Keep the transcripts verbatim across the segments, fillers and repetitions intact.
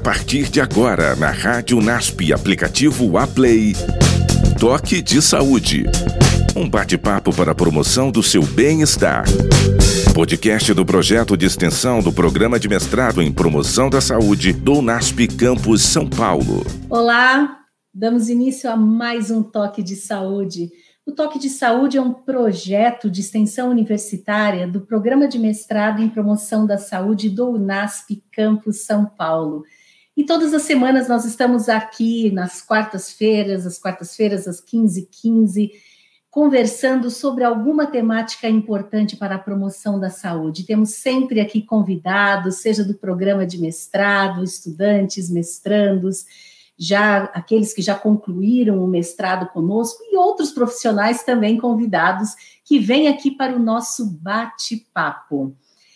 partir de agora, na Rádio N A S P, aplicativo Aplay, Toque de Saúde. Um bate-papo para a promoção do seu bem-estar. Podcast do projeto de extensão do Programa de Mestrado em Promoção da Saúde do N A S P Campus São Paulo. Olá, damos início a mais um Toque de Saúde. O Toque de Saúde é um projeto de extensão universitária do Programa de Mestrado em Promoção da Saúde do N A S P Campus São Paulo. E todas as semanas nós estamos aqui nas quartas-feiras, às quartas-feiras às quinze e quinze, conversando sobre alguma temática importante para a promoção da saúde. Temos sempre aqui convidados, seja do programa de mestrado, estudantes, mestrandos, já aqueles que já concluíram o mestrado conosco e outros profissionais também convidados que vêm aqui para o nosso bate-papo.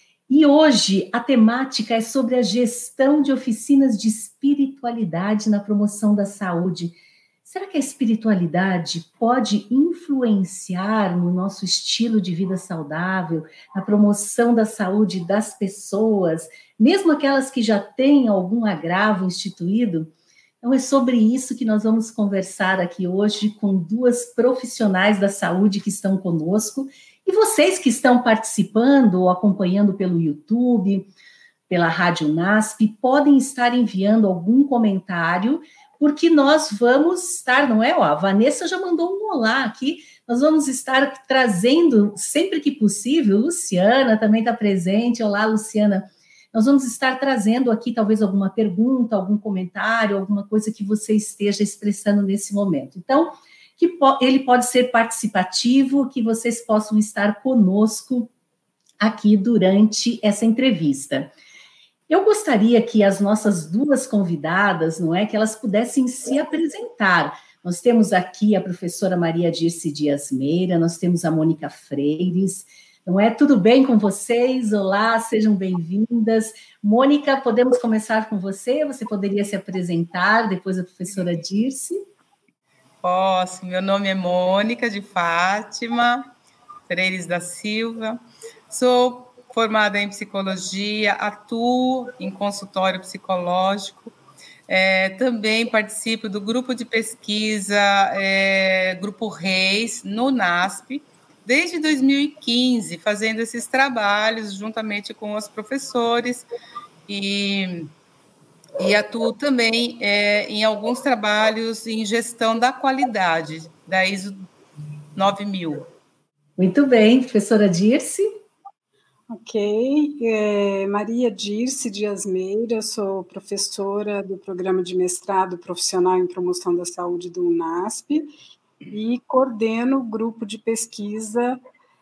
E hoje a temática é sobre a gestão de oficinas de espiritualidade na promoção da saúde. Será que a espiritualidade pode influenciar no nosso estilo de vida saudável, na promoção da saúde das pessoas, mesmo aquelas que já têm algum agravo instituído? Então, é sobre isso que nós vamos conversar aqui hoje com duas profissionais da saúde que estão conosco e vocês que estão participando ou acompanhando pelo YouTube, pela Rádio N A S P, podem estar enviando algum comentário, porque nós vamos estar, não é? Ó, a Vanessa já mandou um olá aqui, nós vamos estar trazendo, sempre que possível, Luciana também está presente. Olá, Luciana. Nós vamos estar trazendo aqui talvez alguma pergunta, algum comentário, alguma coisa que você esteja expressando nesse momento. Então, que po- ele pode ser participativo, que vocês possam estar conosco aqui durante essa entrevista. Eu gostaria que as nossas duas convidadas, não é, que elas pudessem se apresentar. Nós temos aqui a professora Maria Dirce Dias Meira, nós temos a Mônica Freires. Não é? Tudo bem com vocês? Olá, sejam bem-vindas. Mônica, podemos começar com você? Você poderia se apresentar, depois a professora Dirce? Posso. Meu nome é Mônica de Fátima Freires da Silva. Sou formada em psicologia, atuo em consultório psicológico. É, também participo do grupo de pesquisa, é, Grupo Reis, no N A S P, desde dois mil e quinze, fazendo esses trabalhos juntamente com os professores e, e atuo também é, em alguns trabalhos em gestão da qualidade, da I S O nove mil. Muito bem, professora Dirce. Ok, é, Maria Dirce Dias Meira, sou professora do Programa de Mestrado Profissional em Promoção da Saúde do N A S P, e coordeno o grupo de pesquisa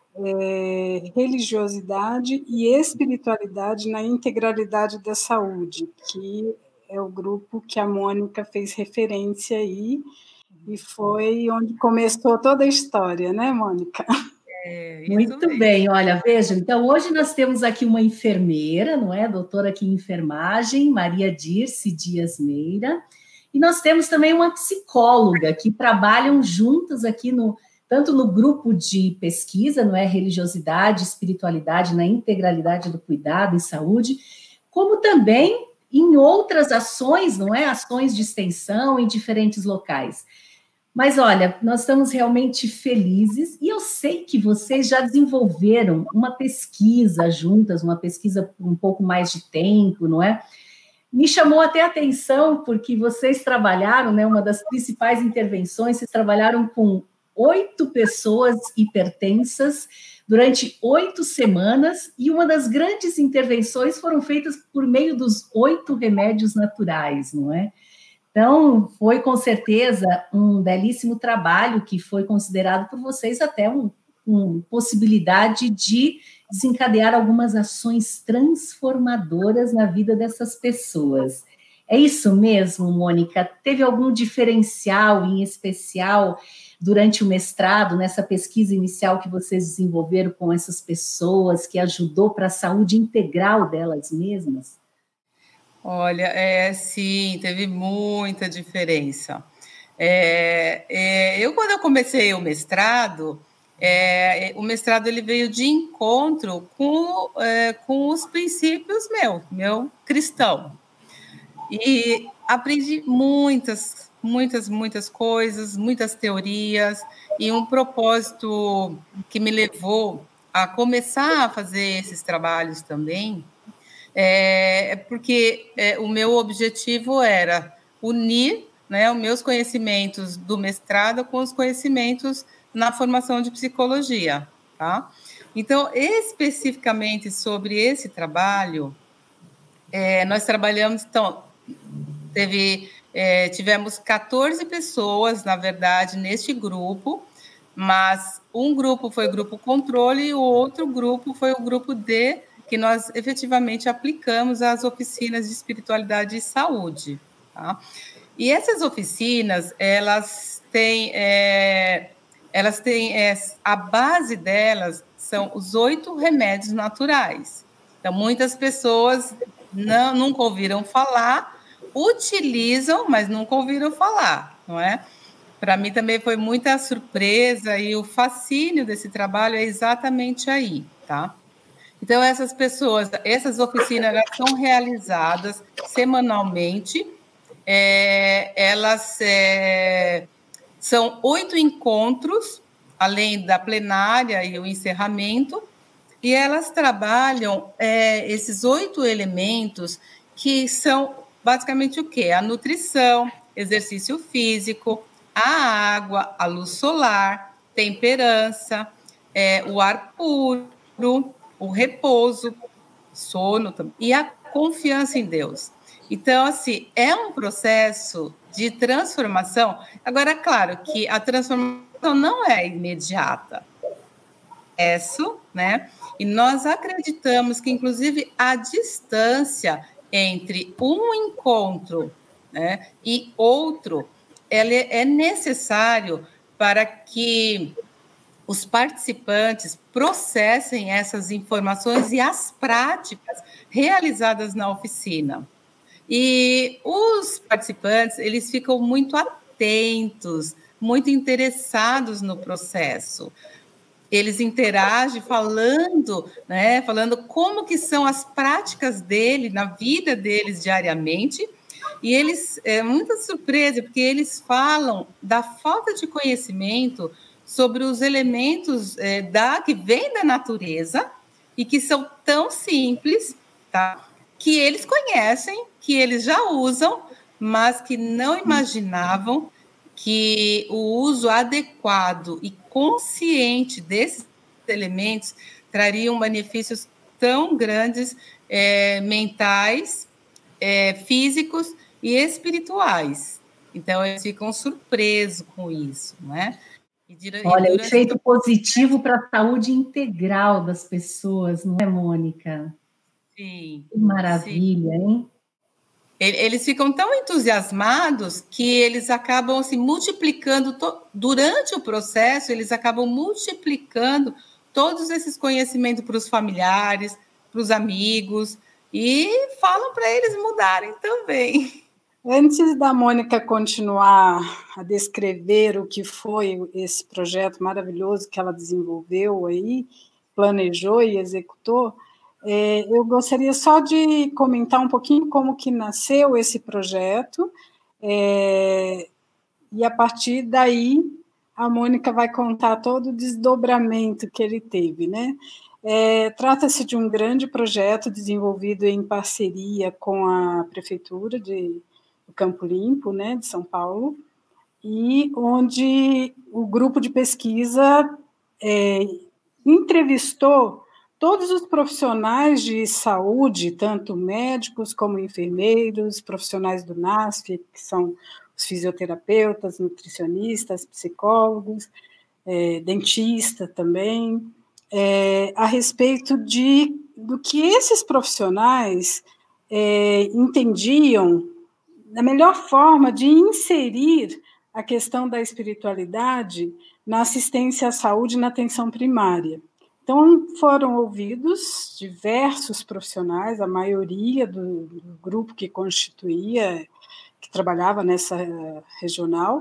é, Religiosidade e Espiritualidade na Integralidade da Saúde, que é o grupo que a Mônica fez referência aí, e foi onde começou toda a história, né, Mônica? É, Muito bem. bem, olha, vejam, então hoje nós temos aqui uma enfermeira, não é? Doutora aqui em enfermagem, Maria Dirce Dias Meira, e nós temos também uma psicóloga que trabalham juntas aqui no, tanto no grupo de pesquisa, não é, religiosidade, espiritualidade na integralidade do cuidado e saúde, como também em outras ações, não é, ações de extensão em diferentes locais. Mas olha, nós estamos realmente felizes e eu sei que vocês já desenvolveram uma pesquisa juntas, uma pesquisa por um pouco mais de tempo, não é? Me chamou até a atenção porque vocês trabalharam, né, uma das principais intervenções, vocês trabalharam com oito pessoas hipertensas durante oito semanas e uma das grandes intervenções foram feitas por meio dos oito remédios naturais, não é? Então, foi com certeza um belíssimo trabalho que foi considerado por vocês até uma um possibilidade de desencadear algumas ações transformadoras na vida dessas pessoas. É isso mesmo, Mônica? Teve algum diferencial em especial durante o mestrado, nessa pesquisa inicial que vocês desenvolveram com essas pessoas, que ajudou para a saúde integral delas mesmas? Olha, é, sim, teve muita diferença. É, é, eu, quando eu comecei o mestrado, é, o mestrado ele veio de encontro com, é, com os princípios meu, meu cristão. E aprendi muitas, muitas, muitas coisas, muitas teorias, e um propósito que me levou a começar a fazer esses trabalhos também, é porque é, o meu objetivo era unir, né, os meus conhecimentos do mestrado com os conhecimentos na formação de psicologia, tá? Então, especificamente sobre esse trabalho, é, nós trabalhamos, então, teve, é, tivemos quatorze pessoas, na verdade, neste grupo, mas um grupo foi o grupo controle e o outro grupo foi o grupo D, que nós efetivamente aplicamos as oficinas de espiritualidade e saúde, tá? E essas oficinas, elas têm, é, elas têm, é, a base delas são os oito remédios naturais. Então, muitas pessoas não, nunca ouviram falar, utilizam, mas nunca ouviram falar, não é? Para mim também foi muita surpresa, e o fascínio desse trabalho é exatamente aí, tá? Então, essas pessoas, essas oficinas, elas são realizadas semanalmente, é, elas é, são oito encontros, além da plenária e o encerramento, e elas trabalham é, esses oito elementos, que são basicamente o quê? A nutrição, exercício físico, a água, a luz solar, temperança, é, o ar puro, o repouso, sono e a confiança em Deus. Então, assim, é um processo de transformação. Agora, claro que a transformação não é imediata. É isso, né? E nós acreditamos que, inclusive, a distância entre um encontro, né, e outro, ela é necessário para que os participantes processem essas informações e as práticas realizadas na oficina. E os participantes, eles ficam muito atentos, muito interessados no processo. Eles interagem falando, né, falando como que são as práticas dele, na vida deles diariamente, e eles, é muita surpresa, porque eles falam da falta de conhecimento sobre os elementos é, da, que vêm da natureza e que são tão simples, tá, que eles conhecem, que eles já usam, mas que não imaginavam que o uso adequado e consciente desses elementos trariam benefícios tão grandes, é, mentais, é, físicos e espirituais. Então, eles ficam surpresos com isso, não é? E durante... Olha, efeito positivo para a saúde integral das pessoas, não é, Mônica? Sim. Que maravilha, sim. Hein? Eles ficam tão entusiasmados que eles acabam se multiplicando, to... durante o processo, eles acabam multiplicando todos esses conhecimentos para os familiares, para os amigos, e falam para eles mudarem também. Antes da Mônica continuar a descrever o que foi esse projeto maravilhoso que ela desenvolveu aí, planejou e executou, É, eu gostaria só de comentar um pouquinho como que nasceu esse projeto, é, e a partir daí a Mônica vai contar todo o desdobramento que ele teve, né? É, trata-se de um grande projeto desenvolvido em parceria com a Prefeitura de Campo Limpo, né, de São Paulo, e onde o grupo de pesquisa é, entrevistou todos os profissionais de saúde, tanto médicos como enfermeiros, profissionais do NASF, que são os fisioterapeutas, nutricionistas, psicólogos, é, dentista também, é, a respeito de, do que esses profissionais é, entendiam da melhor forma de inserir a questão da espiritualidade na assistência à saúde e na atenção primária. Então, foram ouvidos diversos profissionais, a maioria do, do grupo que constituía, que trabalhava nessa regional,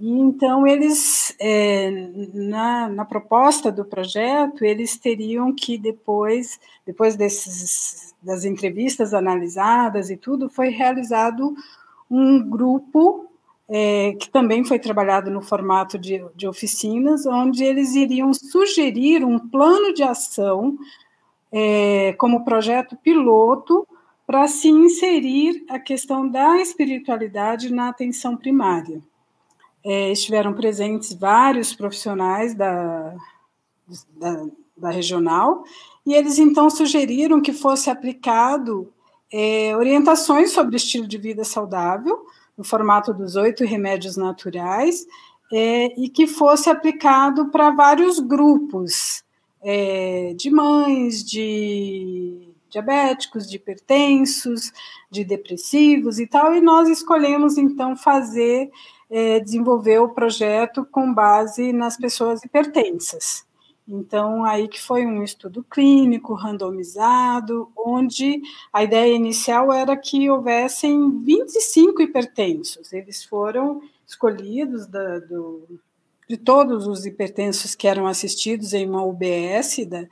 E então eles, é, na, na proposta do projeto, eles teriam que depois, depois desses, das entrevistas analisadas e tudo, foi realizado um grupo é, que também foi trabalhado no formato de, de oficinas, onde eles iriam sugerir um plano de ação é, como projeto piloto para se inserir a questão da espiritualidade na atenção primária. É, estiveram presentes vários profissionais da, da, da regional, e eles então sugeriram que fosse aplicado é, orientações sobre estilo de vida saudável, no formato dos oito remédios naturais, é, e que fosse aplicado para vários grupos, é, de mães, de diabéticos, de hipertensos, de depressivos e tal, e nós escolhemos então fazer É, desenvolver o projeto com base nas pessoas hipertensas. Então, aí que foi um estudo clínico, randomizado, onde a ideia inicial era que houvessem vinte e cinco hipertensos. Eles foram escolhidos da, do, de todos os hipertensos que eram assistidos em uma U B S da,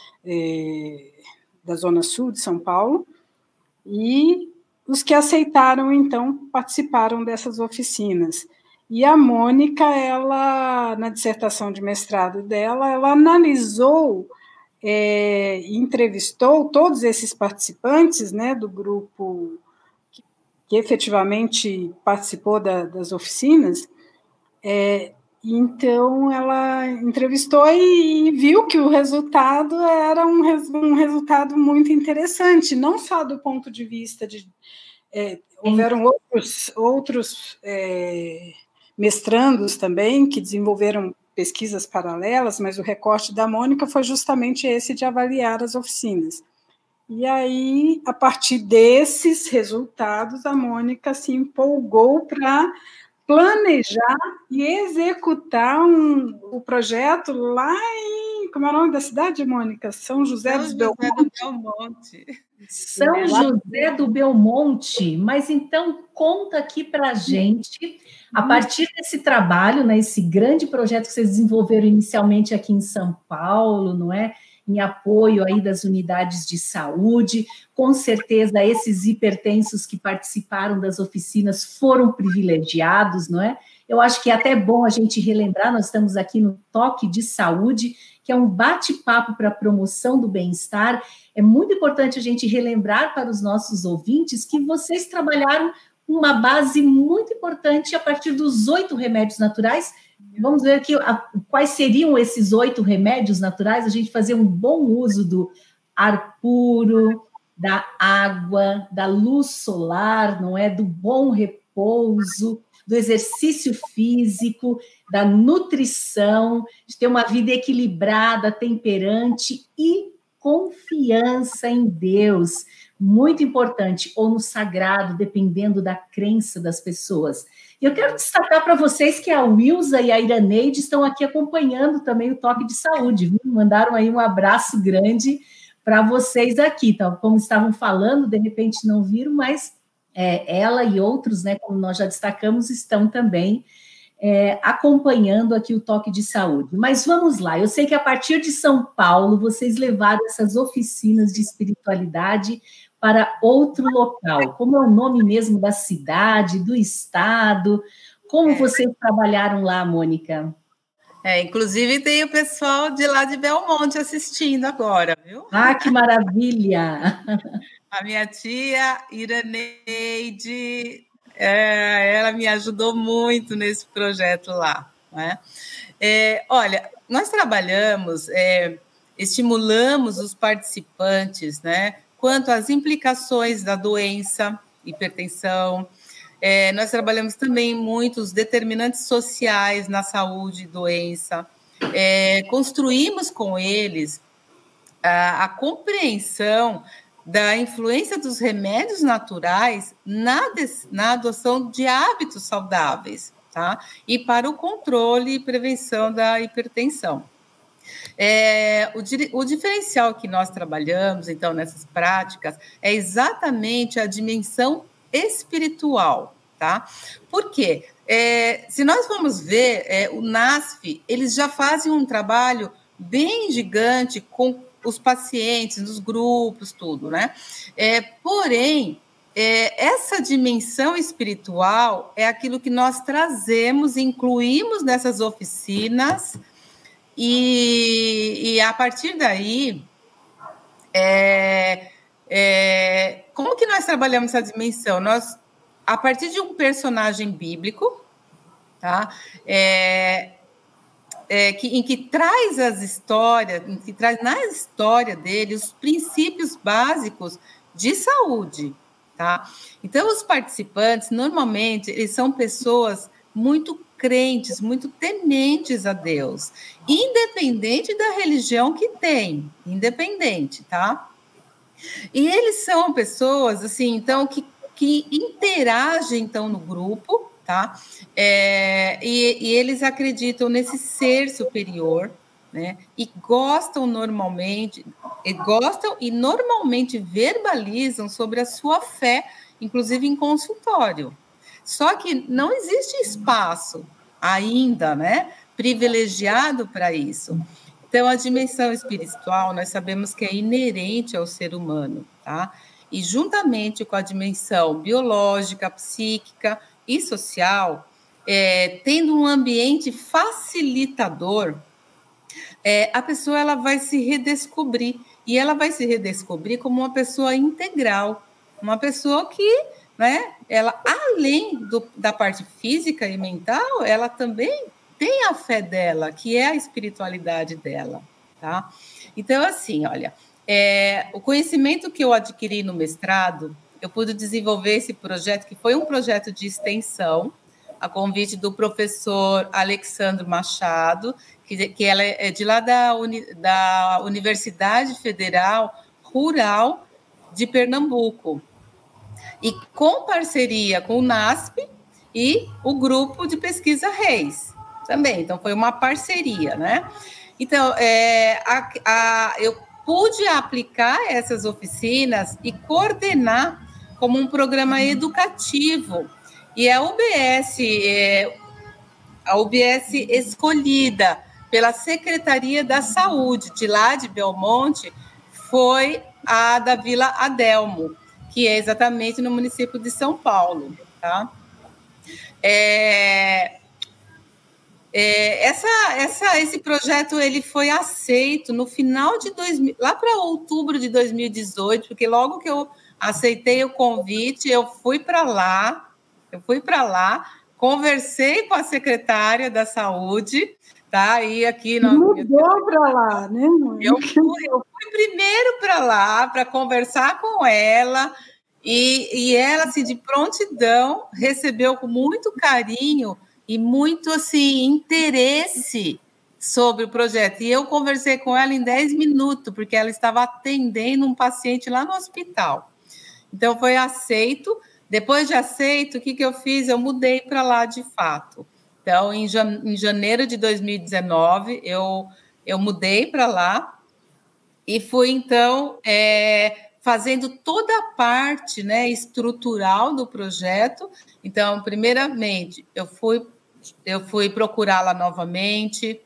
é, da Zona Sul de São Paulo, e os que aceitaram, então, participaram dessas oficinas. E a Mônica, ela, na dissertação de mestrado dela, ela analisou é, e entrevistou todos esses participantes, né, do grupo que, que efetivamente participou da, das oficinas. É, então, ela entrevistou e, e viu que o resultado era um, um resultado muito interessante, não só do ponto de vista de... É, houveram outros... outros é, mestrandos também, que desenvolveram pesquisas paralelas, mas o recorte da Mônica foi justamente esse de avaliar as oficinas. E aí, a partir desses resultados, a Mônica se empolgou para planejar e executar um, o projeto lá em... Como é o nome da cidade, Mônica? São José, São dos José Belmonte. do Belmonte. São é, José do Belmonte. Mas então, conta aqui para a gente, a partir desse trabalho, né, esse grande projeto que vocês desenvolveram inicialmente aqui em São Paulo, não é? Em apoio aí das unidades de saúde, com certeza esses hipertensos que participaram das oficinas foram privilegiados, não é? Eu acho que é até bom a gente relembrar, nós estamos aqui no Toque de Saúde, que é um bate-papo para a promoção do bem-estar. É muito importante a gente relembrar para os nossos ouvintes que vocês trabalharam uma base muito importante a partir dos oito remédios naturais. Vamos ver aqui a, quais seriam esses oito remédios naturais, a gente fazer um bom uso do ar puro, da água, da luz solar, não é? Do bom repouso, do exercício físico, da nutrição, de ter uma vida equilibrada, temperante e confiança em Deus, muito importante, ou no sagrado, dependendo da crença das pessoas. E eu quero destacar para vocês que a Wilza e a Iraneide estão aqui acompanhando também o Toque de Saúde, viu? Mandaram aí um abraço grande para vocês aqui, tá? Como estavam falando, de repente não viram, mas é, ela e outros, né, como nós já destacamos, estão também é, acompanhando aqui o Toque de Saúde. Mas vamos lá, eu sei que a partir de São Paulo, vocês levaram essas oficinas de espiritualidade para outro local. Como é o nome mesmo da cidade, do estado? Como vocês trabalharam lá, Mônica? É, inclusive tem o pessoal de lá de Belmonte assistindo agora, viu? Ah, que maravilha! A minha tia Iraneide, é, ela me ajudou muito nesse projeto lá, né? É, olha, nós trabalhamos, é, estimulamos os participantes, né, quanto às implicações da doença, hipertensão. É, nós trabalhamos também muito os determinantes sociais na saúde e doença. É, construímos com eles a, a compreensão da influência dos remédios naturais na, na adoção de hábitos saudáveis, tá? E para o controle e prevenção da hipertensão. É, o, o diferencial que nós trabalhamos, então, nessas práticas, é exatamente a dimensão espiritual, tá? Por quê? É, se nós vamos ver, é, o NASP, eles já fazem um trabalho bem gigante com os pacientes, nos grupos, tudo, né? É, porém, é, essa dimensão espiritual é aquilo que nós trazemos, incluímos nessas oficinas, e, e a partir daí, é, é, como que nós trabalhamos essa dimensão? Nós, a partir de um personagem bíblico, tá? É, É, que, em que traz as histórias, em que traz na história dele os princípios básicos de saúde, tá? Então, os participantes, normalmente, eles são pessoas muito crentes, muito tementes a Deus, independente da religião que tem, independente, tá? E eles são pessoas, assim, então, que, que interagem, então, no grupo, tá? É, e, e eles acreditam nesse ser superior, né? E gostam normalmente, e gostam e normalmente verbalizam sobre a sua fé, inclusive em consultório. Só que não existe espaço ainda, né? Privilegiado para isso. Então, a dimensão espiritual, nós sabemos que é inerente ao ser humano, tá? E juntamente com a dimensão biológica, psíquica e social, é, tendo um ambiente facilitador, é, a pessoa ela vai se redescobrir, e ela vai se redescobrir como uma pessoa integral, uma pessoa que, né, ela, além do, da parte física e mental, ela também tem a fé dela, que é a espiritualidade dela, tá? Então, assim, olha, é, o conhecimento que eu adquiri no mestrado, eu pude desenvolver esse projeto, que foi um projeto de extensão, a convite do professor Alexandre Machado, que, que ela é de lá da, Uni, da Universidade Federal Rural de Pernambuco, e com parceria com o NASP e o grupo de pesquisa Reis também. Então, foi uma parceria, né? Então, é, a, a, eu pude aplicar essas oficinas e coordenar como um programa educativo. E a U B S, é, a U B S escolhida pela Secretaria da Saúde de lá de Belmonte foi a da Vila Adelmo, que é exatamente no município de São Paulo, tá? É, é, essa, essa, esse projeto ele foi aceito no final de dois mil, lá para outubro de dois mil e dezoito, porque logo que eu aceitei o convite, eu fui para lá, eu fui para lá, conversei com a secretária da Saúde, tá? E aqui no mudou para lá, né, mãe? Eu fui, eu fui primeiro para lá para conversar com ela. E, e ela, assim, de prontidão, recebeu com muito carinho e muito, assim, interesse sobre o projeto. E eu conversei com ela em dez minutos, porque ela estava atendendo um paciente lá no hospital. Então, foi aceito. Depois de aceito, o que, que eu fiz? Eu mudei para lá, de fato. Então, em, em janeiro de dois mil e dezenove, eu, eu mudei para lá e fui, então... É, fazendo toda a parte, né, estrutural do projeto. Então, primeiramente, eu fui, eu fui procurá-la novamente,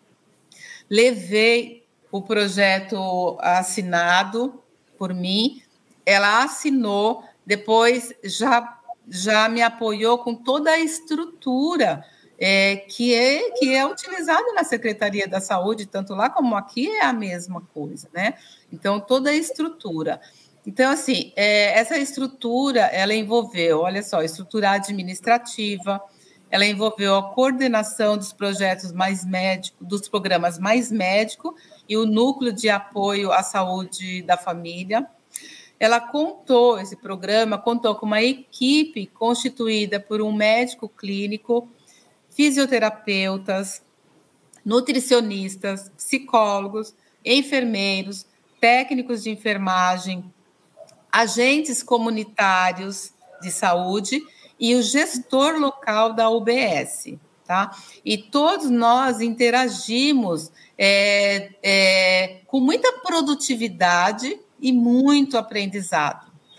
levei o projeto assinado por mim, ela assinou, depois já, já me apoiou com toda a estrutura é, que, é, que é utilizada na Secretaria da Saúde, tanto lá como aqui é a mesma coisa, né? Então, toda a estrutura. Então, assim, é, essa estrutura, ela envolveu, olha só, estrutura administrativa, ela envolveu a coordenação dos projetos mais médicos, dos programas mais médicos e o núcleo de apoio à saúde da família. Ela contou, esse programa contou com uma equipe constituída por um médico clínico, fisioterapeutas, nutricionistas, psicólogos, enfermeiros, técnicos de enfermagem, agentes comunitários de saúde e o gestor local da U B S, tá? E todos nós interagimos é, é, com muita produtividade e muito aprendizado,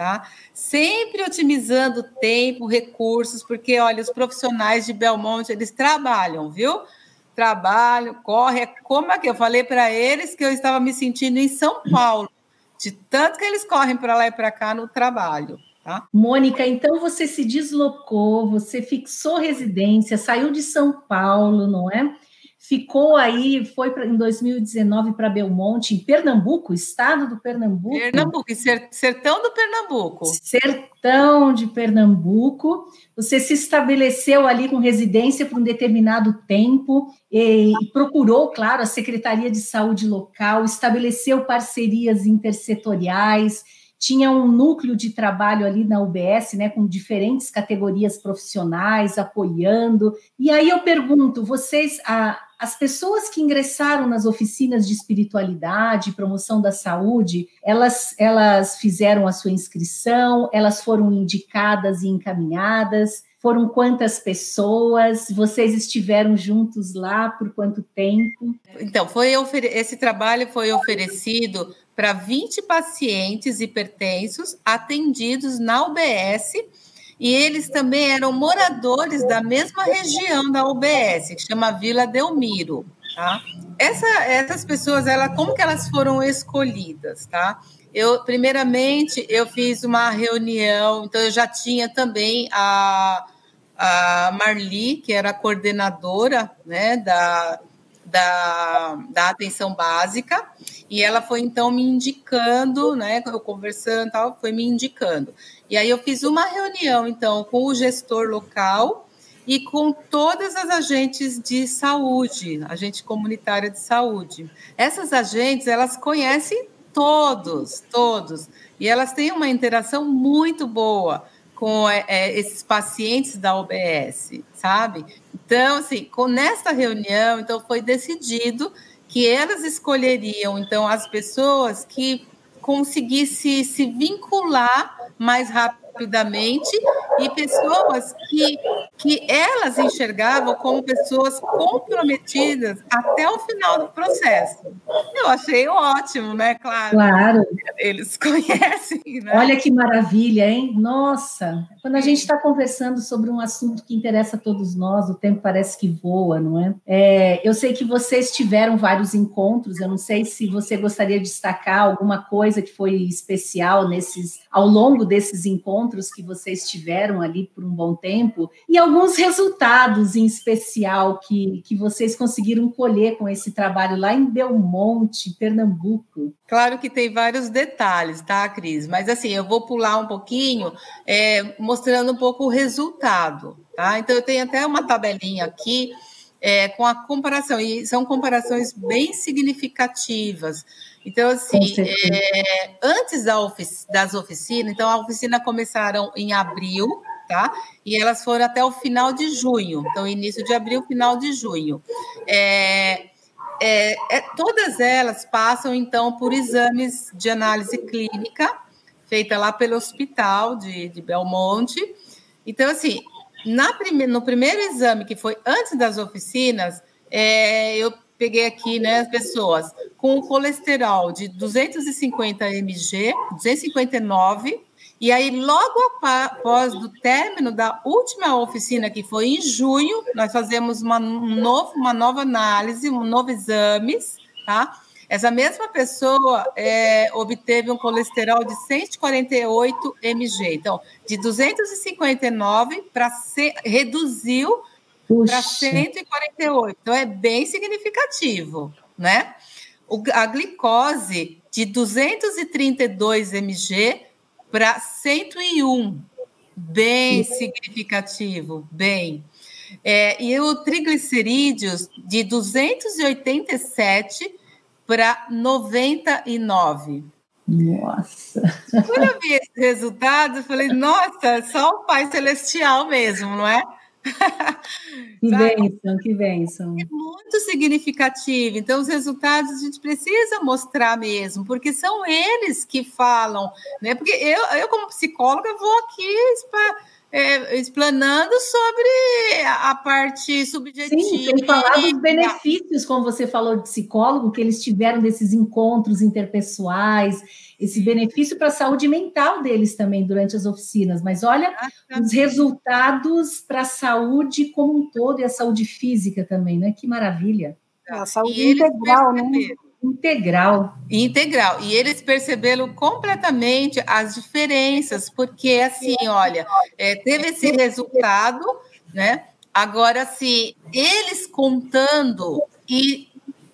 tá? Sempre otimizando tempo, recursos, porque, olha, os profissionais de Belmonte, eles trabalham, viu? Trabalham, correm, como é que eu falei para eles que eu estava me sentindo em São Paulo, de tanto que eles correm para lá e para cá no trabalho, tá? Mônica, então você se deslocou, você fixou residência, saiu de São Paulo, não é? Ficou aí, foi pra, em dois mil e dezenove para Belmonte, em Pernambuco, estado do Pernambuco. Pernambuco, sertão do Pernambuco. Sertão de Pernambuco. Você se estabeleceu ali com residência por um determinado tempo e, e procurou, claro, a Secretaria de Saúde local, estabeleceu parcerias intersetoriais, tinha um núcleo de trabalho ali na U B S, né, com diferentes categorias profissionais apoiando. E aí eu pergunto, vocês, a, as pessoas que ingressaram nas oficinas de espiritualidade, promoção da saúde, elas, elas fizeram a sua inscrição, elas foram indicadas e encaminhadas? Foram quantas pessoas? Vocês estiveram juntos lá por quanto tempo? Então, foi esse trabalho foi oferecido para vinte pacientes hipertensos atendidos na U B S, e eles também eram moradores da mesma região da U B S, que chama Vila Delmiro, tá? Essa, essas pessoas, ela, como que elas foram escolhidas, tá? Eu, primeiramente, eu fiz uma reunião, então eu já tinha também a, a Marli, que era a coordenadora, né, da, da, da atenção básica, e ela foi, então, me indicando, né, eu conversando e tal, foi me indicando. E aí eu fiz uma reunião, então, com o gestor local e com todas as agentes de saúde, agente comunitária de saúde. Essas agentes, elas conhecem todos, todos, e elas têm uma interação muito boa com é, esses pacientes da U B S, sabe? Então, assim, com nesta reunião, então, foi decidido que elas escolheriam, então, as pessoas que conseguissem se vincular mais rapidamente e pessoas que, que elas enxergavam como pessoas comprometidas até o final do processo. Eu achei ótimo, né? Claro. Claro. Eles conhecem, né? Olha que maravilha, hein? Nossa, quando a gente está conversando sobre um assunto que interessa a todos nós, o tempo parece que voa, não é? É, eu sei que vocês tiveram vários encontros, eu não sei se você gostaria de destacar alguma coisa que foi especial nesses, ao longo desses encontros que vocês tiveram ali por um bom tempo, e alguns resultados em especial que, que vocês conseguiram colher com esse trabalho lá em Belmonte, Pernambuco. Claro que tem vários detalhes, tá, Cris? Mas, assim, eu vou pular um pouquinho, é, mostrando um pouco o resultado, tá? Então, eu tenho até uma tabelinha aqui é, com a comparação, e são comparações bem significativas. Então, assim, é, antes da ofic- das oficinas, então, a oficina começaram em abril, tá? E elas foram até o final de junho. Então, início de abril, final de junho. É... É, é, todas elas passam, então, por exames de análise clínica, feita lá pelo hospital de, de Belmonte. Então, assim, na prime- no primeiro exame, que foi antes das oficinas, é, eu peguei aqui, né, as pessoas com o colesterol de duzentos e cinquenta mililitros, duzentos e cinquenta e nove, e aí, logo após o término da última oficina, que foi em junho, nós fazemos uma, um novo, uma nova análise, um novo exame, tá? Essa mesma pessoa é, obteve um colesterol de cento e quarenta e oito mililitros. Então, de duzentos e cinquenta e nove para reduziu para cento e quarenta e oito. Então, é bem significativo, né? O, a glicose de duzentos e trinta e dois mililitros para cento e um, bem significativo, bem. É, e o triglicerídeos de duzentos e oitenta e sete para noventa e nove. Nossa! Quando eu vi esse resultado, eu falei, nossa, só o Pai Celestial mesmo, não é? Que bênção, que bênção. É muito significativo. Então, os resultados a gente precisa mostrar mesmo, porque são eles que falam, né? Porque eu, eu como psicóloga, vou aqui para é, explanando sobre a parte subjetiva. Sim, sem falar dos benefícios, como você falou de psicólogo, que eles tiveram desses encontros interpessoais, esse benefício para a saúde mental deles também durante as oficinas. Mas olha os resultados para a saúde como um todo e a saúde física também, né? Que maravilha. A saúde integral, né? Integral. Integral. E eles perceberam completamente as diferenças, porque, assim, olha, é, teve esse resultado, né? Agora, assim, eles contando e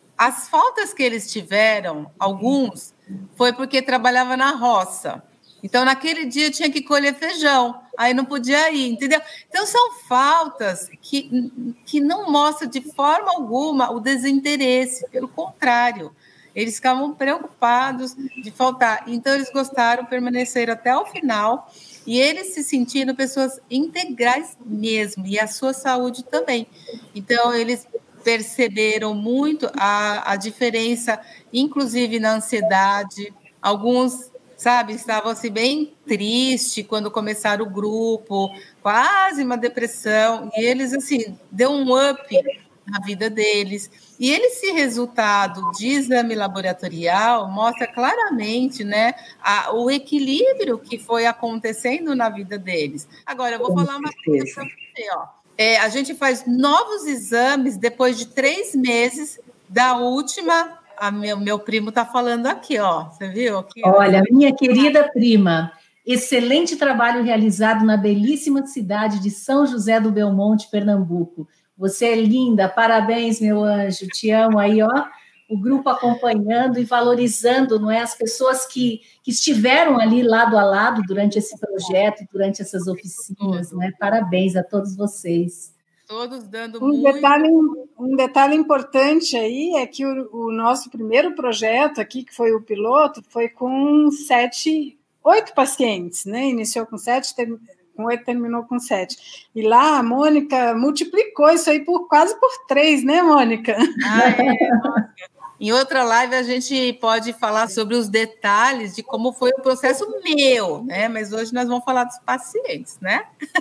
as faltas que eles tiveram, alguns, foi porque trabalhava na roça. Então, naquele dia, tinha que colher feijão, aí não podia ir, entendeu? Então, são faltas que, que não mostram de forma alguma o desinteresse, pelo contrário, eles ficavam preocupados de faltar. Então, eles gostaram, permaneceram até o final, e eles se sentiram pessoas integrais mesmo, e a sua saúde também. Então, eles perceberam muito a, a diferença, inclusive na ansiedade. Alguns, sabe, estavam assim, bem tristes quando começaram o grupo, quase uma depressão, e eles, assim, deu um up na vida deles. E esse resultado de exame laboratorial mostra claramente, né, a, o equilíbrio que foi acontecendo na vida deles. Agora, eu vou falar uma coisa para você, ó. É, a gente faz novos exames depois de três meses da última. A meu, meu primo está falando aqui, ó. Você viu? Aqui, Olha, ó. Minha querida prima, excelente trabalho realizado na belíssima cidade de São José do Belmonte, Pernambuco. Você é linda, parabéns, meu anjo, te amo aí, ó. O grupo acompanhando e valorizando, não é, as pessoas que, que estiveram ali lado a lado durante esse projeto, durante essas oficinas, né? Parabéns a todos vocês. Todos dando um muito... Detalhe, um detalhe importante aí é que o, o nosso primeiro projeto aqui, que foi o piloto, foi com sete, oito pacientes, né? Iniciou com sete, ter, com oito, terminou com sete. E lá a Mônica multiplicou isso aí por quase por três, né, Mônica? Ah, é, nossa. Em outra live, a gente pode falar sobre os detalhes de como foi o processo meu, né? Mas hoje nós vamos falar dos pacientes, né?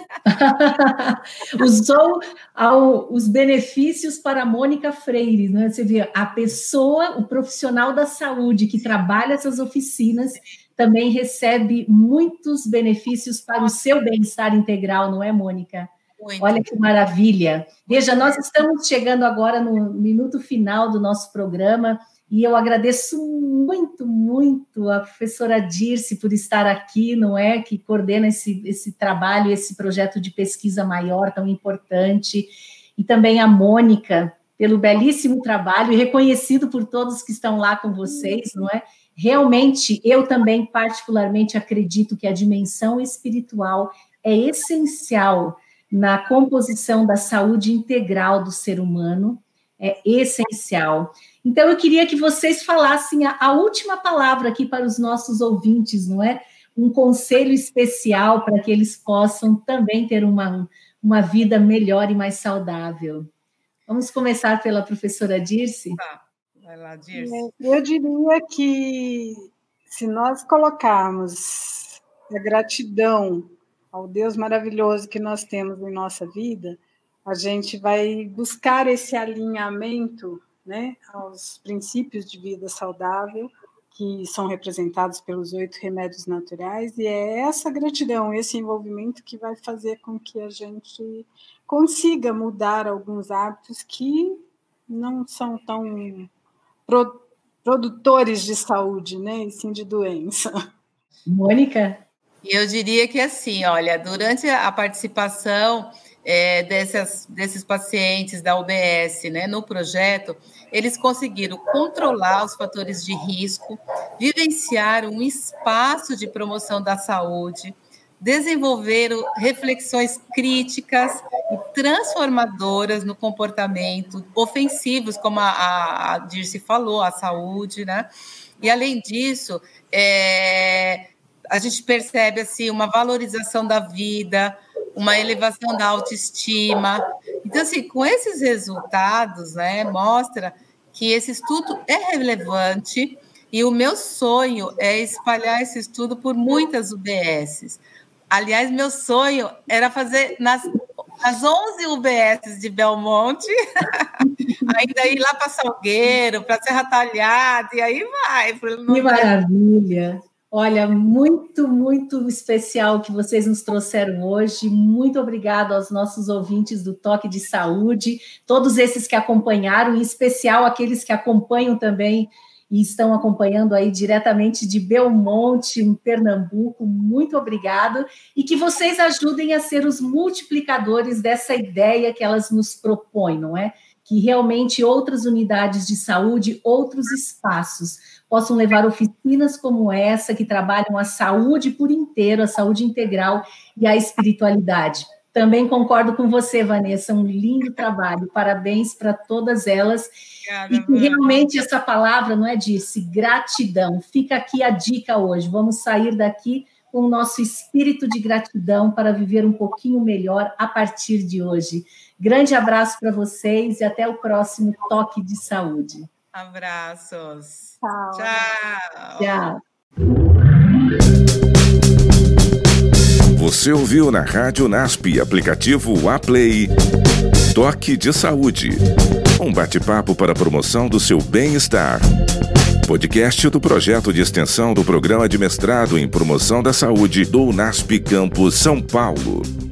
Usou ao, os benefícios para a Mônica Freire, né? Você vê, a pessoa, o profissional da saúde que trabalha essas oficinas, também recebe muitos benefícios para o seu bem-estar integral, não é, Mônica? Muito. Olha que maravilha. Veja, nós estamos chegando agora no minuto final do nosso programa e eu agradeço muito, muito a professora Dirce por estar aqui, não é? Que coordena esse, esse trabalho, esse projeto de pesquisa maior tão importante, e também a Mônica pelo belíssimo trabalho e reconhecido por todos que estão lá com vocês, não é? Realmente, eu também particularmente acredito que a dimensão espiritual é essencial na composição da saúde integral do ser humano, é essencial. Então, eu queria que vocês falassem a, a última palavra aqui para os nossos ouvintes, não é? Um conselho especial para que eles possam também ter uma, uma vida melhor e mais saudável. Vamos começar pela professora Dirce? Tá. Vai lá, Dirce. Eu diria que se nós colocarmos a gratidão ao Deus maravilhoso que nós temos em nossa vida, a gente vai buscar esse alinhamento, né, aos princípios de vida saudável, que são representados pelos oito remédios naturais, e é essa gratidão, esse envolvimento que vai fazer com que a gente consiga mudar alguns hábitos que não são tão pro, produtores de saúde, né, e sim de doença. Mônica? Eu diria que assim, olha, durante a participação é, dessas, desses pacientes da U B S, né, no projeto, eles conseguiram controlar os fatores de risco, vivenciar um espaço de promoção da saúde, desenvolveram reflexões críticas e transformadoras no comportamento, ofensivos, como a, a Dirce falou, a saúde, né? E, além disso, é, a gente percebe assim, uma valorização da vida, uma elevação da autoestima. Então, assim, com esses resultados, né, mostra que esse estudo é relevante e o meu sonho é espalhar esse estudo por muitas U B Ss. Aliás, meu sonho era fazer nas, nas onze U B S de Belmonte, ainda ir lá para Salgueiro, para Serra Talhada, e aí vai. Que maravilha! Olha, muito, muito especial que vocês nos trouxeram hoje. Muito obrigado aos nossos ouvintes do Toque de Saúde, todos esses que acompanharam, em especial aqueles que acompanham também e estão acompanhando aí diretamente de Belmonte, em Pernambuco. Muito obrigado, e que vocês ajudem a ser os multiplicadores dessa ideia que elas nos propõem, não é? Que realmente outras unidades de saúde, outros espaços, possam levar oficinas como essa, que trabalham a saúde por inteiro, a saúde integral e a espiritualidade. Também concordo com você, Vanessa, um lindo trabalho, parabéns para todas elas. Obrigada, e que realmente essa palavra, não é, Dirce? Gratidão. Fica aqui a dica hoje, vamos sair daqui com o nosso espírito de gratidão para viver um pouquinho melhor a partir de hoje. Grande abraço para vocês e até o próximo Toque de Saúde. Abraços. Tchau. Tchau. Tchau. Você ouviu na Rádio U N A S P, aplicativo Aplay, Toque de Saúde. Um bate-papo para a promoção do seu bem-estar. Podcast do projeto de extensão do Programa de Mestrado em Promoção da Saúde do U N A S P Campus São Paulo.